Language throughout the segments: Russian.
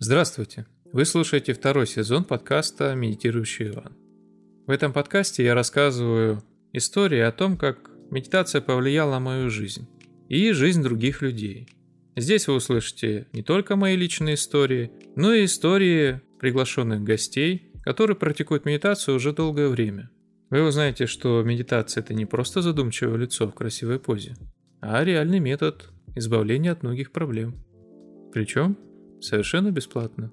Здравствуйте! Вы слушаете второй сезон подкаста «Медитирующий Иван». В этом подкасте я рассказываю истории о том, как медитация повлияла на мою жизнь и жизнь других людей. Здесь вы услышите не только мои личные истории, но и истории приглашенных гостей, которые практикуют медитацию уже долгое время. Вы узнаете, что медитация – это не просто задумчивое лицо в красивой позе, а реальный метод избавления от многих проблем. Причем совершенно бесплатно.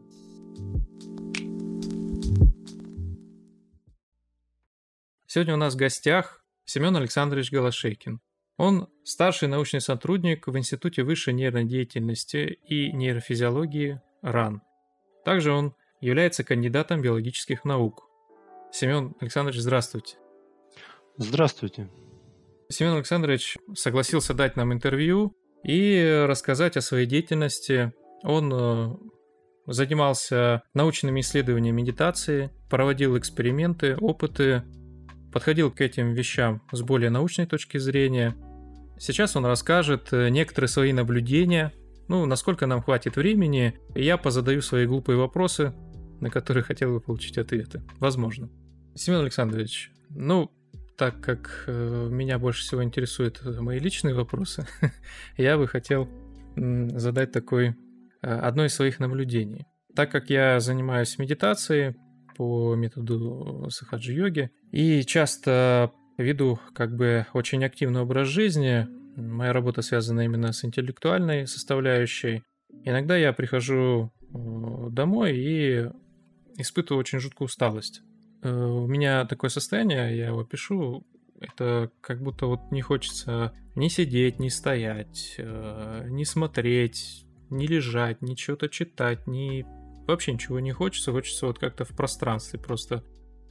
Сегодня у нас в гостях Семен Александрович Голошейкин. Он старший научный сотрудник в Институте высшей нервной деятельности и нейрофизиологии РАН. Также он является кандидатом биологических наук. Семен Александрович, здравствуйте. Здравствуйте. Семен Александрович согласился дать нам интервью и рассказать о своей деятельности. Он занимался научными исследованиями медитации, проводил эксперименты, опыты, подходил к этим вещам с более научной точки зрения. Сейчас он расскажет некоторые свои наблюдения, насколько нам хватит времени, и я позадаю свои глупые вопросы, на которые хотел бы получить ответы. Возможно. Семен Александрович, так как меня больше всего интересуют мои личные вопросы, я бы хотел задать одно из своих наблюдений. Так как я занимаюсь медитацией по методу сахаджи-йоги и часто веду очень активный образ жизни, моя работа связана именно с интеллектуальной составляющей, иногда я прихожу домой и испытываю очень жуткую усталость. У меня такое состояние, я его пишу, это как будто не хочется ни сидеть, ни стоять, ни смотреть, ни лежать, ни что-то читать, вообще ничего не хочется, хочется как-то в пространстве просто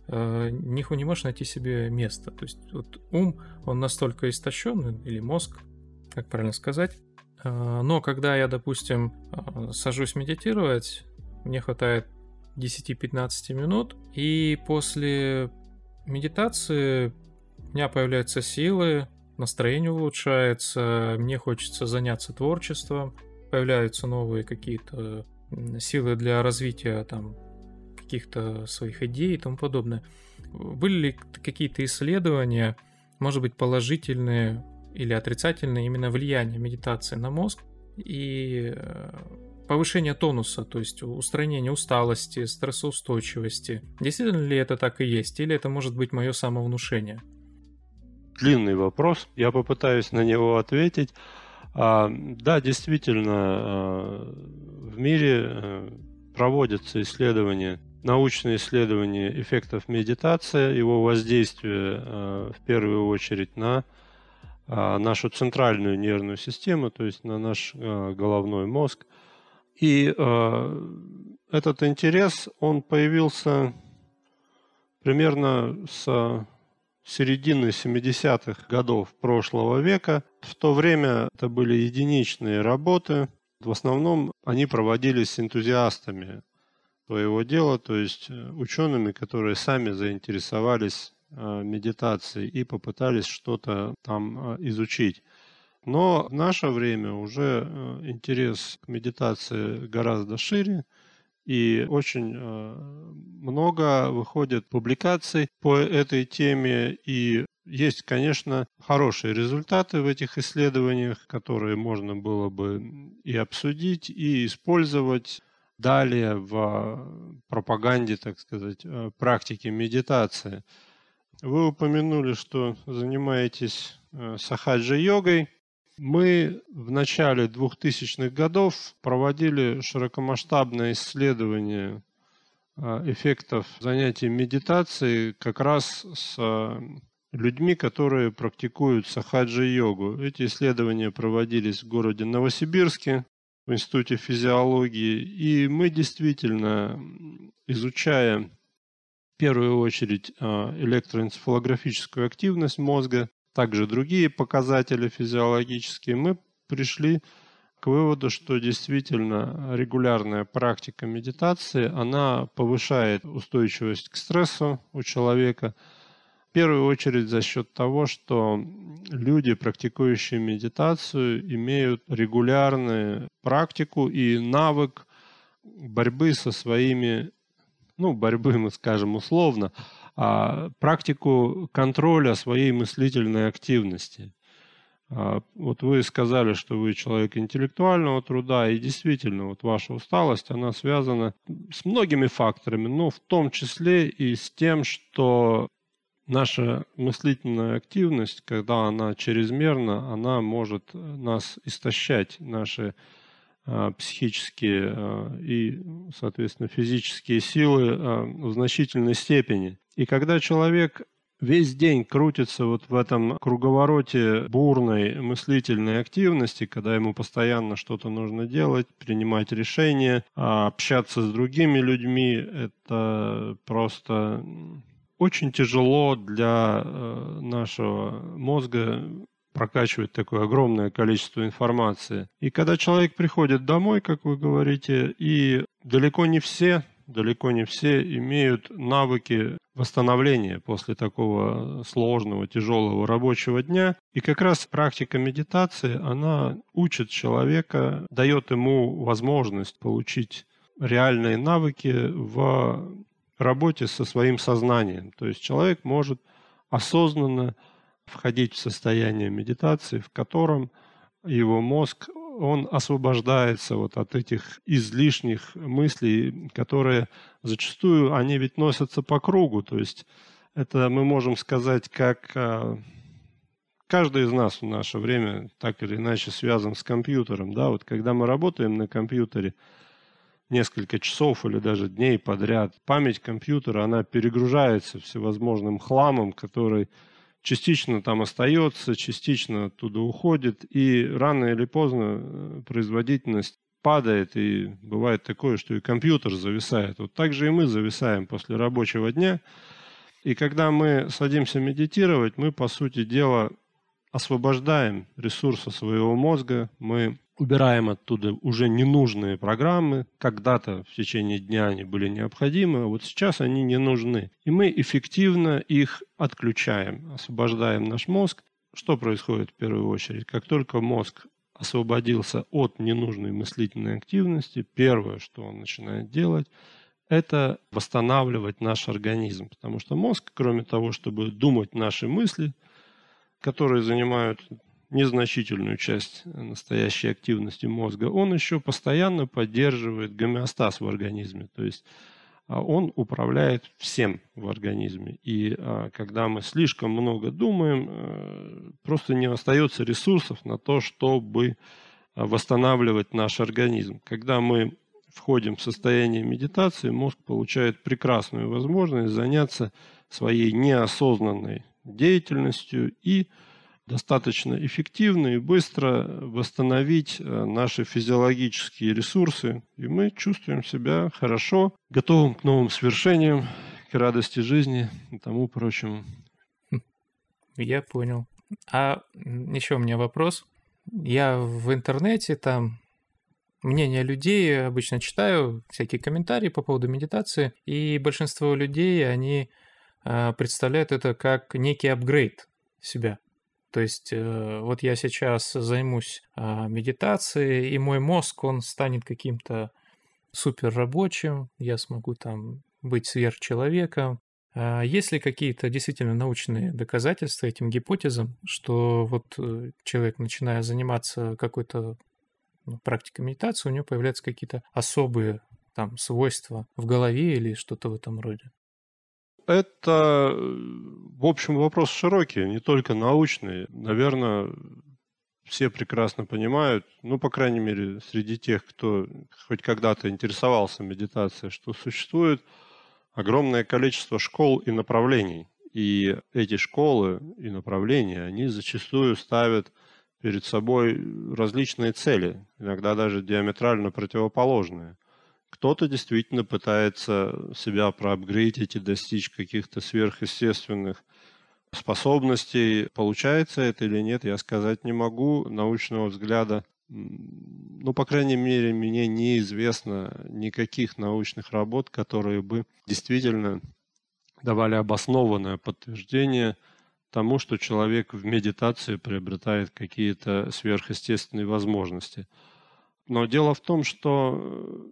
не можешь найти себе места. То есть ум, он настолько истощен, или мозг, как правильно сказать, но когда я, допустим, сажусь медитировать, мне хватает 10-15 минут, и после медитации у меня появляются силы, настроение улучшается, мне хочется заняться творчеством, появляются новые какие-то силы для развития каких-то своих идей и тому подобное. Были ли какие-то исследования, может быть, положительные или отрицательные, именно влияния медитации на мозг и повышение тонуса, то есть устранение усталости, стрессоустойчивости? Действительно ли это так и есть, или это может быть мое самовнушение? Длинный вопрос, я попытаюсь на него ответить. Да, действительно, в мире проводятся научные исследования эффектов медитации, его воздействия в первую очередь на нашу центральную нервную систему, то есть на наш головной мозг. И этот интерес, он появился примерно с середины 70-х годов прошлого века. В то время это были единичные работы. В основном они проводились энтузиастами своего дела, то есть учеными, которые сами заинтересовались медитацией и попытались что-то там изучить. Но в наше время уже интерес к медитации гораздо шире, и очень много выходит публикаций по этой теме, и есть, конечно, хорошие результаты в этих исследованиях, которые можно было бы и обсудить, и использовать далее в пропаганде, так сказать, практики медитации. Вы упомянули, что занимаетесь сахаджи-йогой. Мы в начале 2000-х годов проводили широкомасштабное исследование эффектов занятий медитацией как раз с людьми, которые практикуют сахаджи-йогу. Эти исследования проводились в городе Новосибирске, в Институте физиологии, и мы действительно, изучая в первую очередь электроэнцефалографическую активность мозга, также другие показатели физиологические, мы пришли к выводу, что действительно регулярная практика медитации, она повышает устойчивость к стрессу у человека, в первую очередь за счет того, что люди, практикующие медитацию, имеют регулярную практику и навык борьбы со своими, борьбы, мы скажем условно, практику контроля своей мыслительной активности. Вот вы сказали, что вы человек интеллектуального труда, и действительно, вот ваша усталость, она связана с многими факторами, но в том числе и с тем, что наша мыслительная активность, когда она чрезмерна, она может нас истощать, наши психические и, соответственно, физические силы в значительной степени. И когда человек весь день крутится вот в этом круговороте бурной мыслительной активности, когда ему постоянно что-то нужно делать, принимать решения, общаться с другими людьми, это просто очень тяжело для нашего мозга прокачивать такое огромное количество информации. И когда человек приходит домой, как вы говорите, и далеко не все имеют навыки восстановления после такого сложного, тяжелого рабочего дня. И как раз практика медитации, она учит человека, дает ему возможность получить реальные навыки в работе со своим сознанием. То есть человек может осознанно входить в состояние медитации, в котором его мозг, он освобождается вот от этих излишних мыслей, которые зачастую, они ведь носятся по кругу. То есть это мы можем сказать, как каждый из нас в наше время так или иначе связан с компьютером. Да? Вот когда мы работаем на компьютере несколько часов или даже дней подряд, память компьютера, она перегружается всевозможным хламом, который частично там остается, частично оттуда уходит, и рано или поздно производительность падает, и бывает такое, что и компьютер зависает. Вот так же и мы зависаем после рабочего дня, и когда мы садимся медитировать, мы, по сути дела, освобождаем ресурсы своего мозга, мы убираем оттуда уже ненужные программы. Когда-то в течение дня они были необходимы, а вот сейчас они не нужны. И мы эффективно их отключаем, освобождаем наш мозг. Что происходит в первую очередь? Как только мозг освободился от ненужной мыслительной активности, первое, что он начинает делать, это восстанавливать наш организм. Потому что мозг, кроме того, чтобы думать наши мысли, которые занимают незначительную часть настоящей активности мозга, он еще постоянно поддерживает гомеостаз в организме. То есть он управляет всем в организме. И когда мы слишком много думаем, просто не остается ресурсов на то, чтобы восстанавливать наш организм. Когда мы входим в состояние медитации, мозг получает прекрасную возможность заняться своей неосознанной деятельностью и достаточно эффективно и быстро восстановить наши физиологические ресурсы. И мы чувствуем себя хорошо, готовым к новым свершениям, к радости жизни и тому прочему. Я понял. А еще у меня вопрос. Я в интернете там мнения людей обычно читаю, всякие комментарии по поводу медитации, и большинство людей, они представляют это как некий апгрейд себя. То есть вот я сейчас займусь медитацией, и мой мозг, он станет каким-то суперрабочим, я смогу там быть сверхчеловеком. Есть ли какие-то действительно научные доказательства этим гипотезам, что вот человек, начиная заниматься какой-то практикой медитации, у него появляются какие-то особые там свойства в голове или что-то в этом роде? Это, в общем, вопрос широкий, не только научный. Наверное, все прекрасно понимают, по крайней мере, среди тех, кто хоть когда-то интересовался медитацией, что существует огромное количество школ и направлений. И эти школы и направления, они зачастую ставят перед собой различные цели, иногда даже диаметрально противоположные. Кто-то действительно пытается себя проапгрейдить и достичь каких-то сверхъестественных способностей. Получается это или нет, я сказать не могу. Научного взгляда, по крайней мере, мне неизвестно никаких научных работ, которые бы действительно давали обоснованное подтверждение тому, что человек в медитации приобретает какие-то сверхъестественные возможности. Но дело в том, что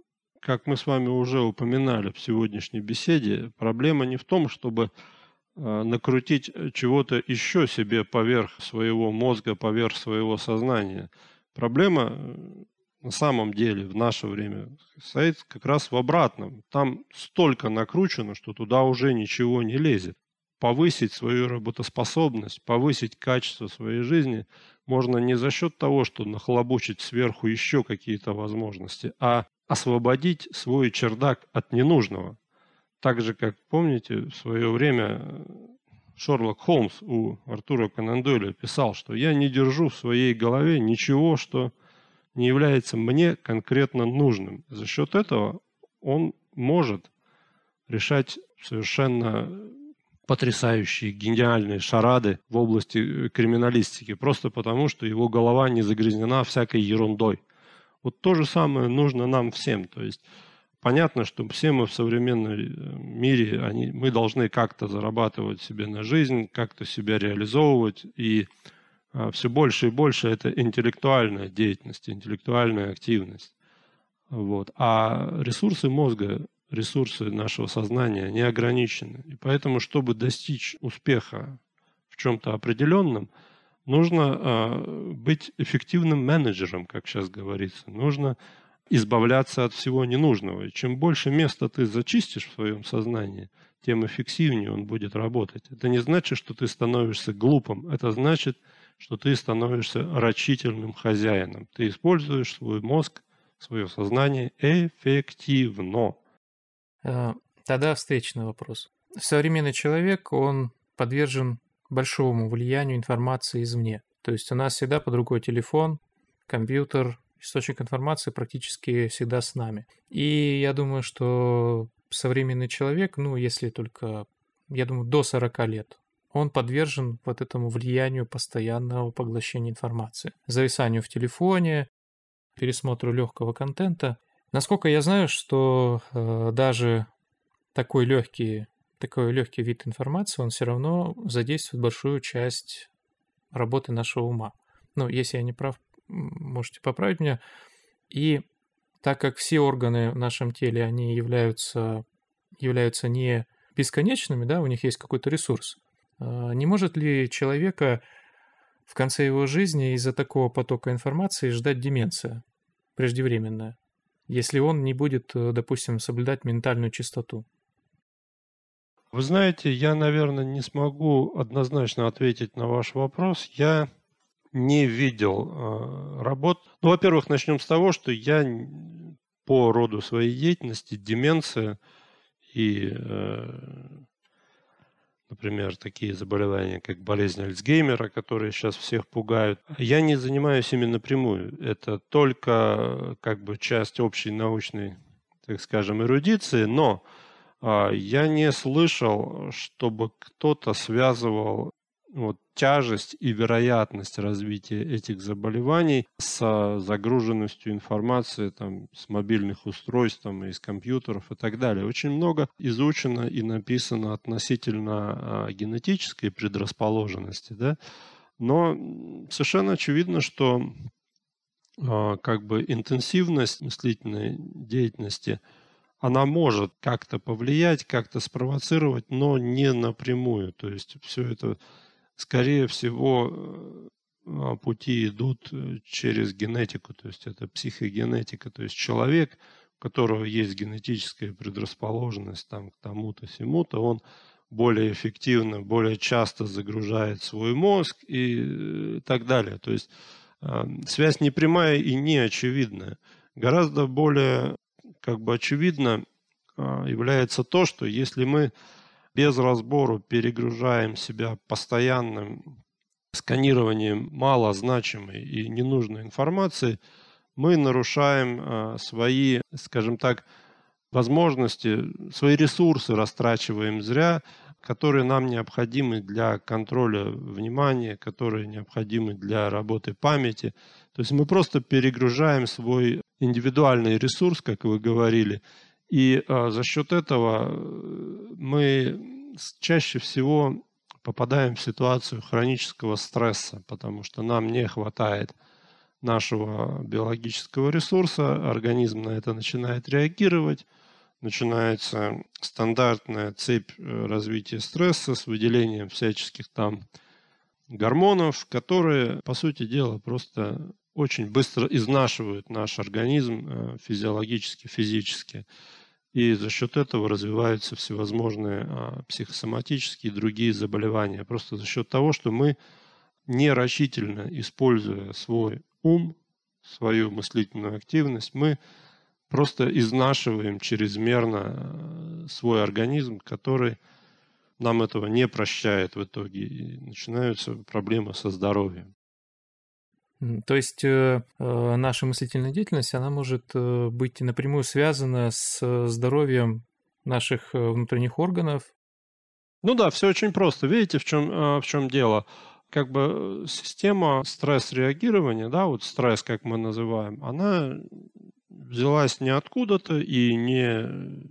как мы с вами уже упоминали в сегодняшней беседе, проблема не в том, чтобы накрутить чего-то еще себе поверх своего мозга, поверх своего сознания. Проблема на самом деле в наше время стоит как раз в обратном. Там столько накручено, что туда уже ничего не лезет. Повысить свою работоспособность, повысить качество своей жизни можно не за счет того, что нахлобучить сверху еще какие-то возможности, а освободить свой чердак от ненужного. Так же, как, помните, в свое время Шерлок Холмс у Артура Конан Дойля писал, что я не держу в своей голове ничего, что не является мне конкретно нужным. За счет этого он может решать совершенно потрясающие, гениальные шарады в области криминалистики, просто потому, что его голова не загрязнена всякой ерундой. Вот то же самое нужно нам всем. То есть понятно, что все мы в современном мире, мы должны как-то зарабатывать себе на жизнь, как-то себя реализовывать, и все больше и больше это интеллектуальная деятельность, интеллектуальная активность. Вот. А ресурсы мозга, ресурсы нашего сознания не ограничены. И поэтому, чтобы достичь успеха в чем-то определенном, нужно быть эффективным менеджером, как сейчас говорится. Нужно избавляться от всего ненужного. И чем больше места ты зачистишь в своем сознании, тем эффективнее он будет работать. Это не значит, что ты становишься глупым. Это значит, что ты становишься рачительным хозяином. Ты используешь свой мозг, свое сознание эффективно. Тогда встречный вопрос. Современный человек, он подвержен большому влиянию информации извне. То есть у нас всегда под рукой телефон, компьютер, источник информации практически всегда с нами. И я думаю, что современный человек, если только, я думаю, до 40 лет, он подвержен вот этому влиянию постоянного поглощения информации. Зависанию в телефоне, пересмотру легкого контента. Насколько я знаю, что даже такой легкий вид информации, он все равно задействует большую часть работы нашего ума. Если я не прав, можете поправить меня. И так как все органы в нашем теле, они являются не бесконечными, да, у них есть какой-то ресурс, не может ли человека в конце его жизни из-за такого потока информации ждать деменция преждевременная, если он не будет, допустим, соблюдать ментальную чистоту? Вы знаете, я, наверное, не смогу однозначно ответить на ваш вопрос. Я не видел работ. Во-первых, начнем с того, что я по роду своей деятельности, деменция и, например, такие заболевания, как болезнь Альцгеймера, которые сейчас всех пугают, я не занимаюсь ими напрямую. Это только часть общей научной, так скажем, эрудиции, но я не слышал, чтобы кто-то связывал тяжесть и вероятность развития этих заболеваний с загруженностью информации с мобильных устройств, из компьютеров и так далее. Очень много изучено и написано относительно генетической предрасположенности, да? Но совершенно очевидно, что интенсивность мыслительной деятельности она может как-то повлиять, как-то спровоцировать, но не напрямую. То есть все это, скорее всего, пути идут через генетику, то есть это психогенетика. То есть человек, у которого есть генетическая предрасположенность к тому-то, сему-то, он более эффективно, более часто загружает свой мозг и так далее. То есть связь не прямая и не очевидная. Гораздо более очевидно является то, что если мы без разбору перегружаем себя постоянным сканированием малозначимой и ненужной информации, мы нарушаем свои, скажем так, возможности, свои ресурсы растрачиваем зря, которые нам необходимы для контроля внимания, которые необходимы для работы памяти. То есть мы просто перегружаем свой индивидуальный ресурс, как вы говорили, и за счет этого мы чаще всего попадаем в ситуацию хронического стресса, потому что нам не хватает нашего биологического ресурса, организм на это начинает реагировать, начинается стандартная цепь развития стресса с выделением всяческих там гормонов, которые, по сути дела, просто очень быстро изнашивают наш организм физиологически, физически. И за счет этого развиваются всевозможные психосоматические и другие заболевания. Просто за счет того, что мы нерачительно, используя свой ум, свою мыслительную активность, мы просто изнашиваем чрезмерно свой организм, который нам этого не прощает в итоге. И начинаются проблемы со здоровьем. То есть наша мыслительная деятельность, она может быть напрямую связана с здоровьем наших внутренних органов. Ну да, все очень просто. Видите, в чем дело? Как бы система стресс-реагирования, да, вот стресс, как мы называем, она взялась не откуда-то и не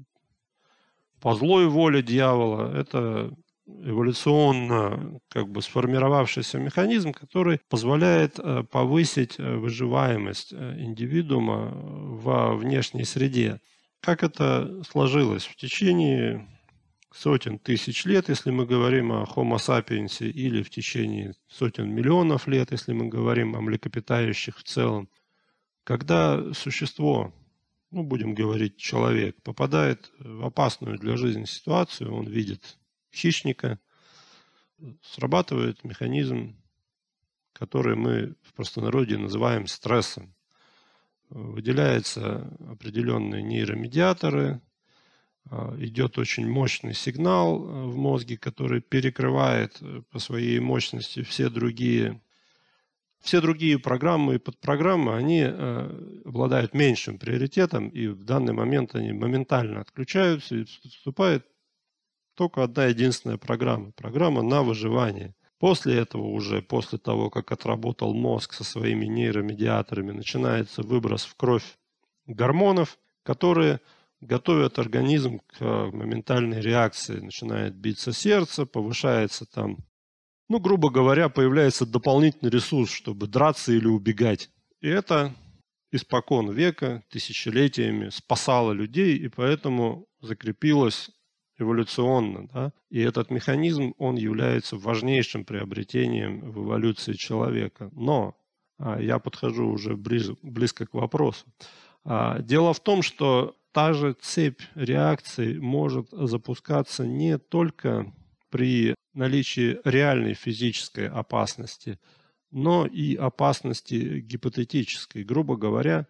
по злой воле дьявола. Это эволюционно как бы сформировавшийся механизм, который позволяет повысить выживаемость индивидуума во внешней среде. Как это сложилось в течение сотен тысяч лет, если мы говорим о Homo sapiens, или в течение сотен миллионов лет, если мы говорим о млекопитающих в целом, когда существо, ну, будем говорить, человек, попадает в опасную для жизни ситуацию, он видит хищника, срабатывает механизм, который мы в простонародье называем стрессом. Выделяются определенные нейромедиаторы, идет очень мощный сигнал в мозге, который перекрывает по своей мощности все другие программы и подпрограммы, они обладают меньшим приоритетом, и в данный момент они моментально отключаются, и вступает только одна единственная программа на выживание. После этого уже, после того, как отработал мозг со своими нейромедиаторами, начинается выброс в кровь гормонов, которые готовят организм к моментальной реакции. Начинает биться сердце, повышается там, ну, грубо говоря, появляется дополнительный ресурс, чтобы драться или убегать. И это испокон века, тысячелетиями спасало людей, и поэтому закрепилось эволюционно. Да? И этот механизм, он является важнейшим приобретением в эволюции человека. Но я подхожу уже близко к вопросу. Дело в том, что та же цепь реакций может запускаться не только при наличии реальной физической опасности, но и опасности гипотетической. Грубо говоря,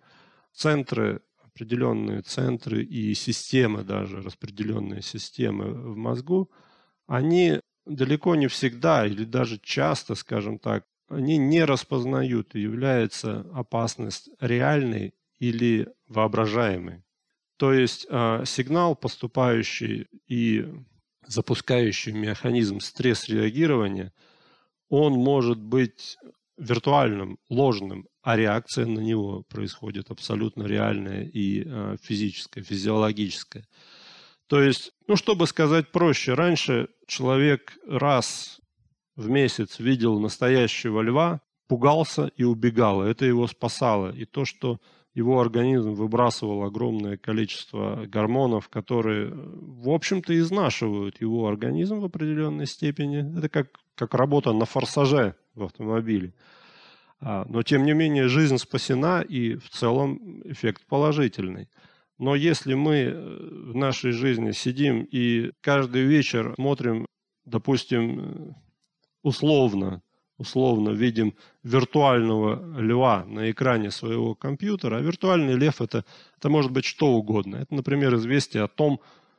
определенные центры и системы, даже распределенные системы в мозгу, они далеко не всегда или даже часто, скажем так, они не распознают, является опасность реальной или воображаемой. То есть сигнал, поступающий и запускающий механизм стресс-реагирования, он может быть виртуальным, ложным, а реакция на него происходит абсолютно реальная и физическая, физиологическая. То есть, ну, чтобы сказать проще, раньше человек раз в месяц видел настоящего льва, пугался и убегал. Это его спасало. И то, что его организм выбрасывал огромное количество гормонов, которые, в общем-то, изнашивают его организм в определенной степени. Это как работа на форсаже в автомобиле. Но, тем не менее, жизнь спасена, и в целом эффект положительный. Но если мы в нашей жизни сидим и каждый вечер смотрим, допустим, условно видим виртуального льва на экране своего компьютера, а виртуальный лев это может быть что угодно. Это, например, известие о том,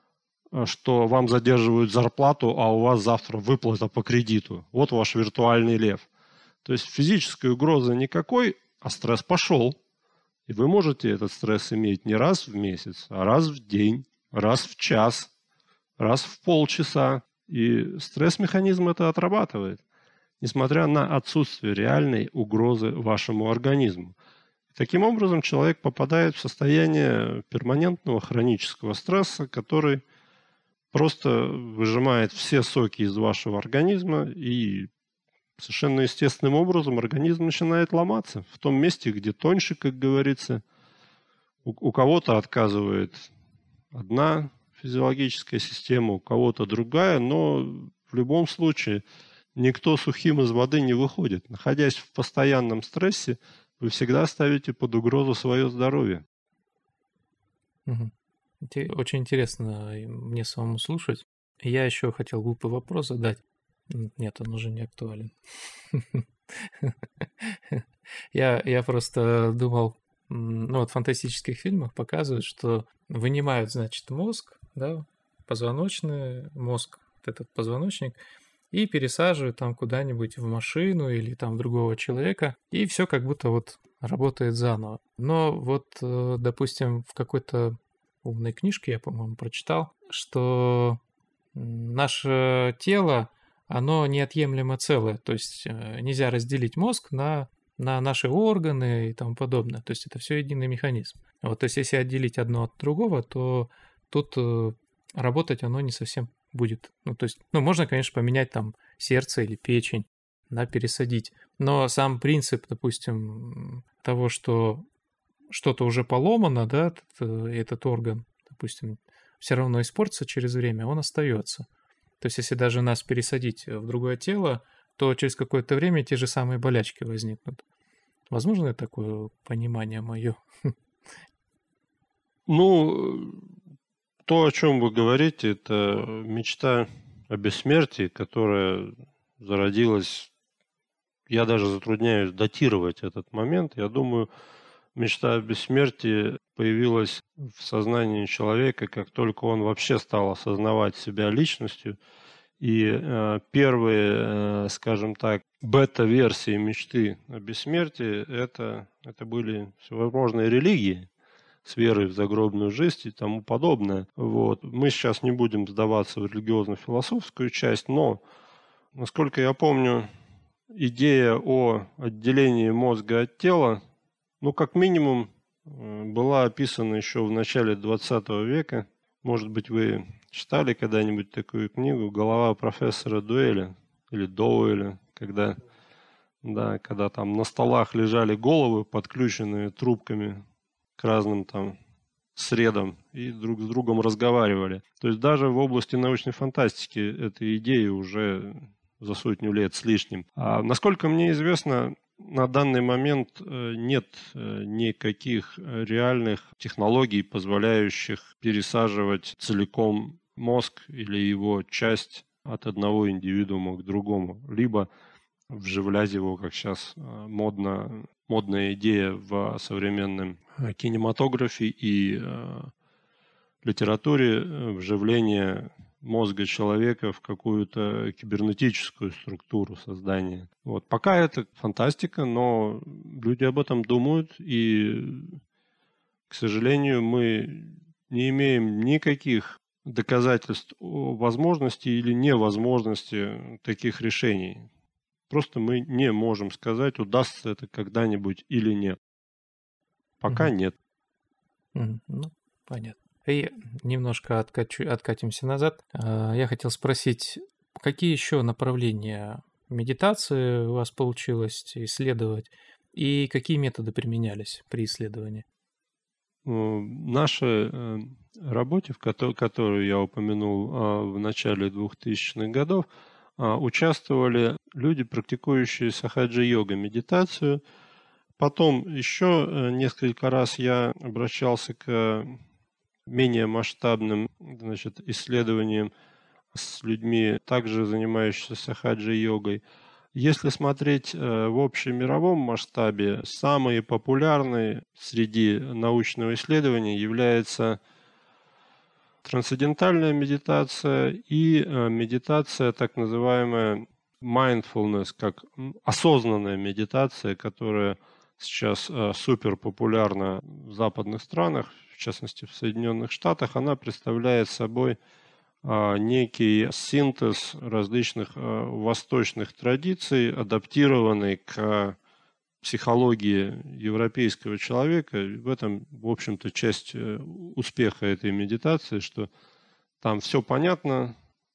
что вам задерживают зарплату, а у вас завтра выплата по кредиту. Вот ваш виртуальный лев. То есть физической угрозы никакой, а стресс пошел. И вы можете этот стресс иметь не раз в месяц, а раз в день, раз в час, раз в полчаса. И стресс-механизм это отрабатывает, несмотря на отсутствие реальной угрозы вашему организму. Таким образом, человек попадает в состояние перманентного хронического стресса, который просто выжимает все соки из вашего организма и совершенно естественным образом организм начинает ломаться в том месте, где тоньше, как говорится. У кого-то отказывает одна физиологическая система, у кого-то другая, но в любом случае никто сухим из воды не выходит. Находясь в постоянном стрессе, вы всегда ставите под угрозу свое здоровье. Мгм. Очень интересно мне самому слушать. Я еще хотел глупый вопрос задать. Нет, он уже не актуален. Я просто думал, ну вот в фантастических фильмах показывают, что вынимают, значит, мозг, да, позвоночный мозг, вот этот позвоночник, и пересаживают там куда-нибудь в машину или там другого человека, и все как будто вот работает заново. Но вот, допустим, в какой-то умной книжке я, по-моему, прочитал, что наше тело, оно неотъемлемо целое, то есть нельзя разделить мозг на наши органы и тому подобное, то есть это все единый механизм. Вот, то есть если отделить одно от другого, то тут работать оно не совсем будет. Ну, то есть, ну, можно, конечно, поменять там сердце или печень, да, пересадить, но сам принцип, допустим, того, что что-то уже поломано, да, этот орган, допустим, все равно испортится через время, он остается. То есть, если даже нас пересадить в другое тело, то через какое-то время те же самые болячки возникнут. Возможно, такое понимание мое? Ну, то, о чем вы говорите, это мечта о бессмертии, которая зародилась. Я даже затрудняюсь датировать этот момент. Я думаю, мечта о бессмертии появилась в сознании человека, как только он вообще стал осознавать себя личностью. И первые, скажем так, бета-версии мечты о бессмертии это были всевозможные религии с верой в загробную жизнь и тому подобное. Вот. Мы сейчас не будем сдаваться в религиозно-философскую часть, но, насколько я помню, идея о отделении мозга от тела, ну, как минимум, была описана еще в начале 20 века. Может быть, вы читали когда-нибудь такую книгу «Голова профессора Дуэля» или Доуэля, когда там на столах лежали головы, подключенные трубками к разным там средам и друг с другом разговаривали. То есть даже в области научной фантастики эта идея уже за 100 лет с лишним. А насколько мне известно, на данный момент нет никаких реальных технологий, позволяющих пересаживать целиком мозг или его часть от одного индивидуума к другому, либо вживлять его, как сейчас модная идея в современном кинематографе и литературе, вживление мозга человека в какую-то кибернетическую структуру создания. Вот. Пока это фантастика, но люди об этом думают, и, к сожалению, мы не имеем никаких доказательств о возможности или невозможности таких решений. Просто мы не можем сказать, удастся это когда-нибудь или нет. Пока нет. Ну, понятно. И немножко откатимся назад. Я хотел спросить, какие еще направления медитации у вас получилось исследовать и какие методы применялись при исследовании? В нашей работе, которую я упомянул в начале 2000-х годов, участвовали люди, практикующие сахаджи-йога, медитацию. Потом еще несколько раз я обращался к менее масштабным, исследованиям с людьми, также занимающимися сахаджи-йогой. Если смотреть в общемировом масштабе, самой популярной среди научного исследования является трансцендентальная медитация и медитация, так называемая mindfulness, как осознанная медитация, которая сейчас супер популярна в западных странах, в частности в Соединенных Штатах. Она представляет собой некий синтез различных восточных традиций, адаптированный к психологии европейского человека. В этом, в общем-то, часть успеха этой медитации, что там все понятно,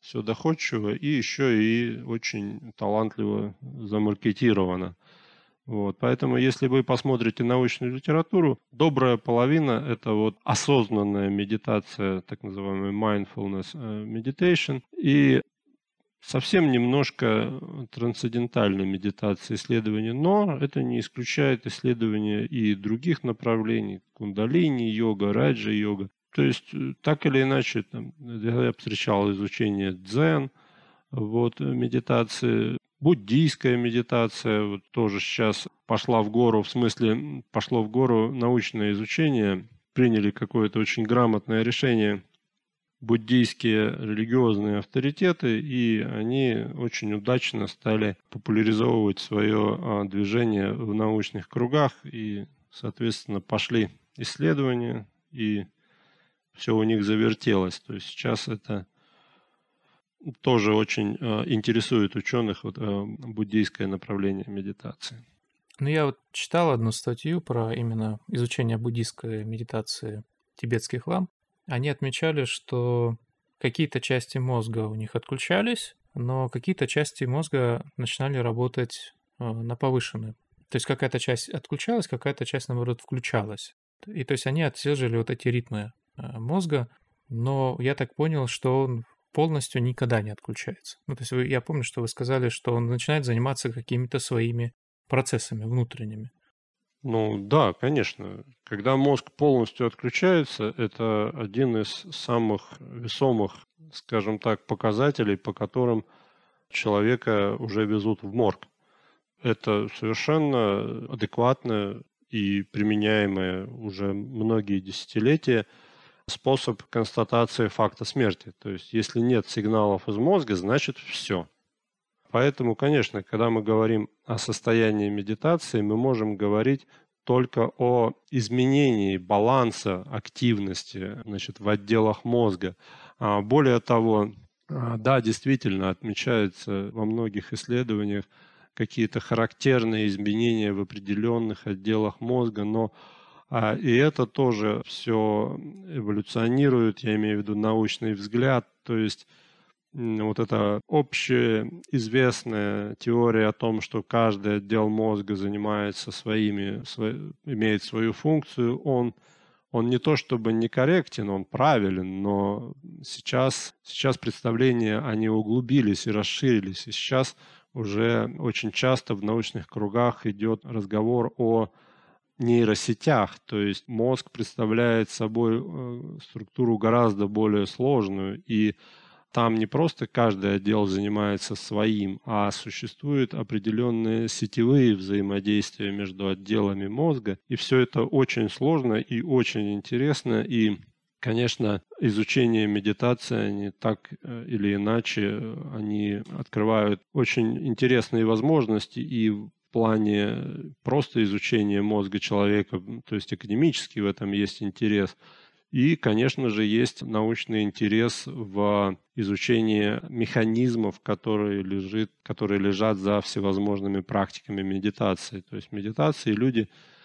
все доходчиво и еще и очень талантливо замаркетировано. Вот. Поэтому, если вы посмотрите научную литературу, добрая половина – это вот осознанная медитация, так называемая mindfulness meditation, и совсем немножко трансцендентальной медитации исследования, но это не исключает исследования и других направлений, кундалини-йога, раджа-йога. То есть, так или иначе, там, я встречал изучение дзен, вот, медитации, буддийская медитация вот, тоже сейчас пошла в гору, в смысле, пошло в гору научное изучение, приняли какое-то очень грамотное решение буддийские религиозные авторитеты, и они очень удачно стали популяризовывать свое движение в научных кругах, и, соответственно, пошли исследования, и все у них завертелось. То есть сейчас это тоже очень интересует ученых буддийское направление медитации. Ну, я вот читал одну статью про именно изучение буддийской медитации тибетских лам. Они отмечали, что какие-то части мозга у них отключались, но какие-то части мозга начинали работать на повышенной. То есть какая-то часть отключалась, какая-то часть, наоборот, включалась. И то есть они отслеживали вот эти ритмы мозга, но я так понял, что он полностью никогда не отключается. Ну, то есть я помню, что вы сказали, что он начинает заниматься какими-то своими процессами внутренними. Ну да, конечно. Когда мозг полностью отключается, это один из самых весомых, скажем так, показателей, по которым человека уже везут в морг. Это совершенно адекватное и применяемое уже многие десятилетия способ констатации факта смерти. То есть, если нет сигналов из мозга, значит все. Поэтому, конечно, когда мы говорим о состоянии медитации, мы можем говорить только о изменении баланса активности, значит, в отделах мозга. Более того, да, действительно отмечаются во многих исследованиях какие-то характерные изменения в определенных отделах мозга, но и это тоже все эволюционирует, я имею в виду научный взгляд, то есть вот эта общеизвестная теория о том, что каждый отдел мозга занимается имеет свою функцию, он не то чтобы некорректен, он правилен, но сейчас представления, они углубились и расширились, и сейчас уже очень часто в научных кругах идет разговор о нейросетях, то есть мозг представляет собой структуру гораздо более сложную, и там не просто каждый отдел занимается своим, а существуют определенные сетевые взаимодействия между отделами мозга, и все это очень сложно и очень интересно, и, конечно, изучение медитации, они так или иначе, они открывают очень интересные возможности и в плане просто изучения мозга человека, то есть академически в этом есть интерес. И, конечно же, есть научный интерес в изучении механизмов, которые лежат за всевозможными практиками медитации. То есть медитацией люди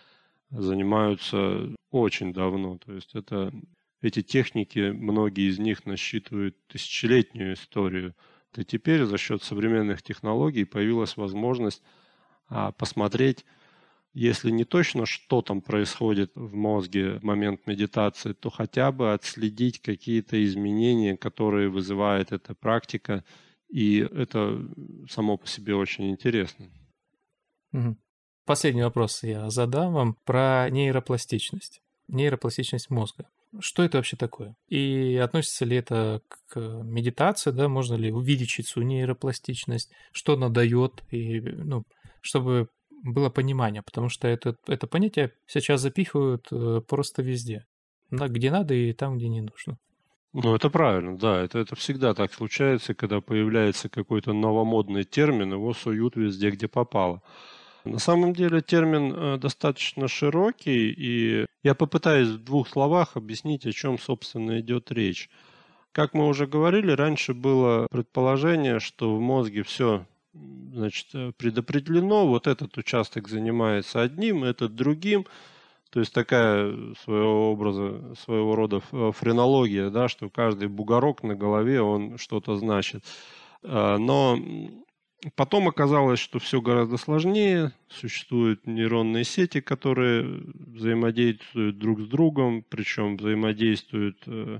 занимаются очень давно. То есть эти техники, многие из них насчитывают тысячелетнюю историю. И теперь за счет современных технологий появилась возможность посмотреть, если не точно, что там происходит в мозге в момент медитации, то хотя бы отследить какие-то изменения, которые вызывает эта практика, и это само по себе очень интересно. Угу. Последний вопрос я задам вам про нейропластичность. Нейропластичность мозга. Что это вообще такое? И относится ли это к медитации, да? Можно ли увеличить свою нейропластичность? Что она дает? И, чтобы было понимание, потому что это понятие сейчас запихивают просто везде. Где надо и там, где не нужно. Ну, это правильно, да. Это всегда так случается, когда появляется какой-то новомодный термин, его суют везде, где попало. На самом деле термин достаточно широкий, и я попытаюсь в 2 словах объяснить, о чем, собственно, идет речь. Как мы уже говорили, раньше было предположение, что в мозге все, значит, предопределено, вот этот участок занимается одним, этот другим. То есть такая своего рода френология, да, что каждый бугорок на голове, он что-то значит. Но потом оказалось, что все гораздо сложнее. Существуют нейронные сети, которые взаимодействуют друг с другом, причем взаимодействуют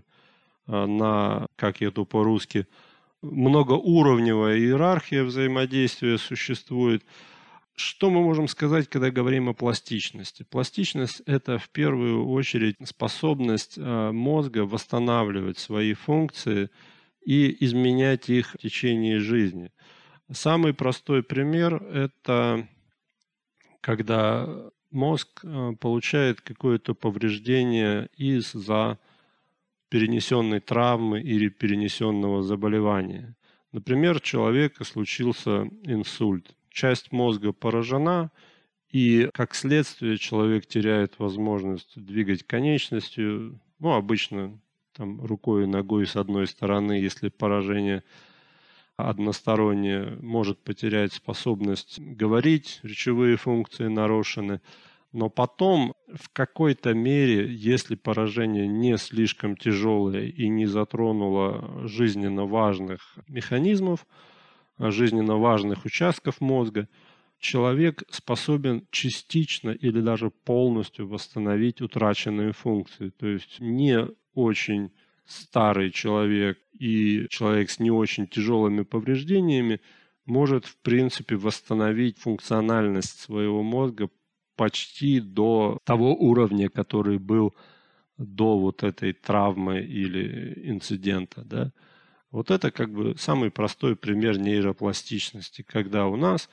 на, как это по-русски, многоуровневая иерархия взаимодействия существует. Что мы можем сказать, когда говорим о пластичности? Пластичность – это в первую очередь способность мозга восстанавливать свои функции и изменять их в течение жизни. Самый простой пример – это когда мозг получает какое-то повреждение из-за перенесенной травмы или перенесенного заболевания. Например, у человека случился инсульт. Часть мозга поражена, и как следствие человек теряет возможность двигать конечностью, обычно там, рукой и ногой с одной стороны, если поражение одностороннее, может потерять способность говорить, речевые функции нарушены. Но потом, в какой-то мере, если поражение не слишком тяжелое и не затронуло жизненно важных механизмов, жизненно важных участков мозга, человек способен частично или даже полностью восстановить утраченные функции. То есть не очень старый человек и человек с не очень тяжелыми повреждениями может, в принципе, восстановить функциональность своего мозга почти до того уровня, который был до вот этой травмы или инцидента, да. Вот это как бы самый простой пример нейропластичности, когда у нас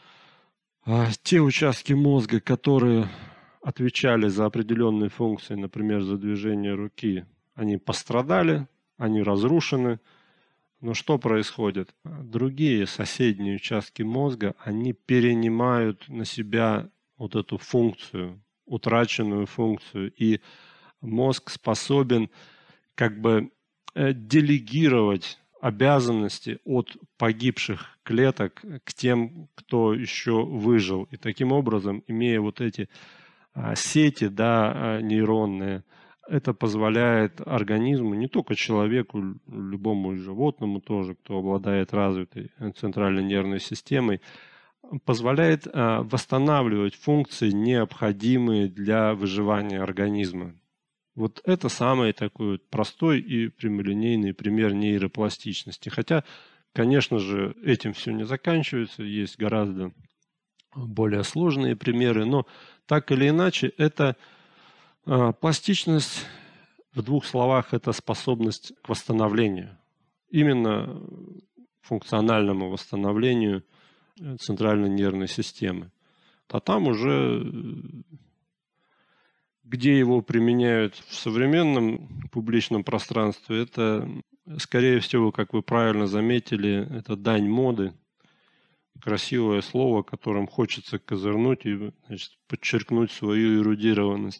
те участки мозга, которые отвечали за определенные функции, например, за движение руки, они пострадали, они разрушены. Но что происходит? Другие соседние участки мозга, они перенимают на себя вот эту функцию, утраченную функцию, и мозг способен как бы делегировать обязанности от погибших клеток к тем, кто еще выжил. И таким образом, имея вот эти сети, да, нейронные, это позволяет организму, не только человеку, любому животному тоже, кто обладает развитой центральной нервной системой, позволяет восстанавливать функции, необходимые для выживания организма. Вот это самый такой простой и прямолинейный пример нейропластичности. Хотя, конечно же, этим все не заканчивается, есть гораздо более сложные примеры, но так или иначе, это пластичность, в двух словах, это способность к восстановлению. Именно функциональному восстановлению центральной нервной системы. А там уже, где его применяют в современном публичном пространстве, это, скорее всего, как вы правильно заметили, это дань моды. Красивое слово, которым хочется козырнуть и, значит, подчеркнуть свою эрудированность.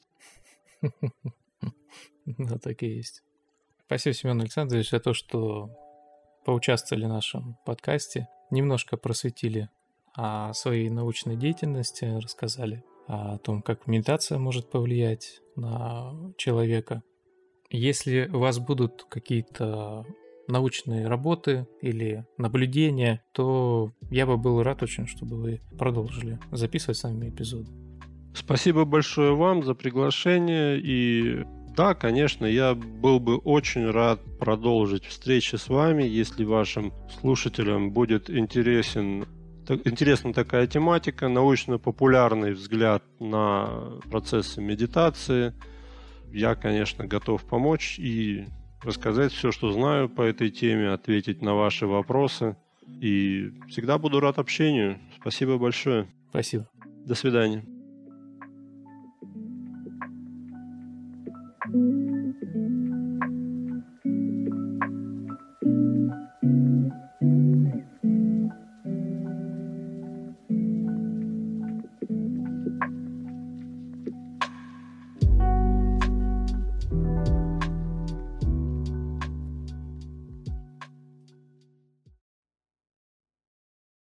Да, так и есть. Спасибо, Семен Александрович, за то, что поучаствовали в нашем подкасте, немножко просветили о своей научной деятельности, рассказали о том, как медитация может повлиять на человека. Если у вас будут какие-то научные работы или наблюдения, то я бы был рад очень, чтобы вы продолжили записывать сами эпизоды. Спасибо большое вам за приглашение. И да, конечно, я был бы очень рад продолжить встречи с вами, если вашим слушателям будет интересна такая тематика, научно-популярный взгляд на процессы медитации. Я, конечно, готов помочь и рассказать все, что знаю по этой теме, ответить на ваши вопросы. И всегда буду рад общению. Спасибо большое. Спасибо. До свидания.